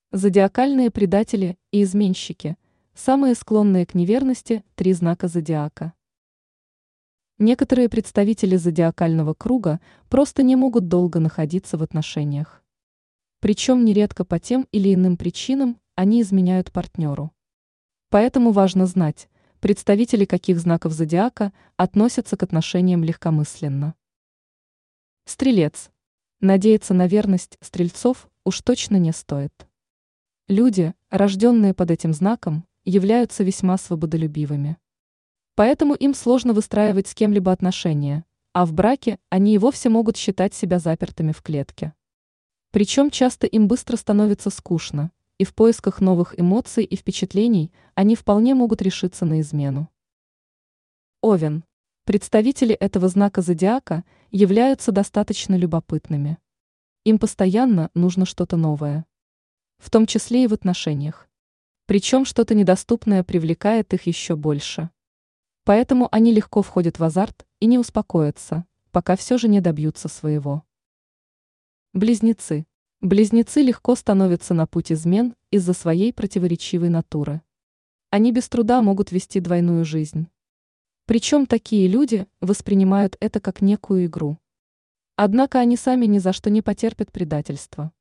Зодиакальные предатели и изменщики – самые склонные к неверности три знака зодиака. Некоторые представители зодиакального круга просто не могут долго находиться в отношениях. Причем нередко по тем или иным причинам они изменяют партнеру. Поэтому важно знать, представители каких знаков зодиака относятся к отношениям легкомысленно. Стрелец. Надеяться на верность стрельцов уж точно не стоит. Люди, рожденные под этим знаком, являются весьма свободолюбивыми. Поэтому им сложно выстраивать с кем-либо отношения, а в браке они и вовсе могут считать себя запертыми в клетке. Причем часто им быстро становится скучно, и в поисках новых эмоций и впечатлений они вполне могут решиться на измену. Овен. Представители этого знака зодиака являются достаточно любопытными. Им постоянно нужно что-то новое. В том числе и в отношениях. Причем что-то недоступное привлекает их еще больше. Поэтому они легко входят в азарт и не успокоятся, пока все же не добьются своего. Близнецы. Близнецы легко становятся на путь измен из-за своей противоречивой натуры. Они без труда могут вести двойную жизнь. Причем такие люди воспринимают это как некую игру. Однако они сами ни за что не потерпят предательства.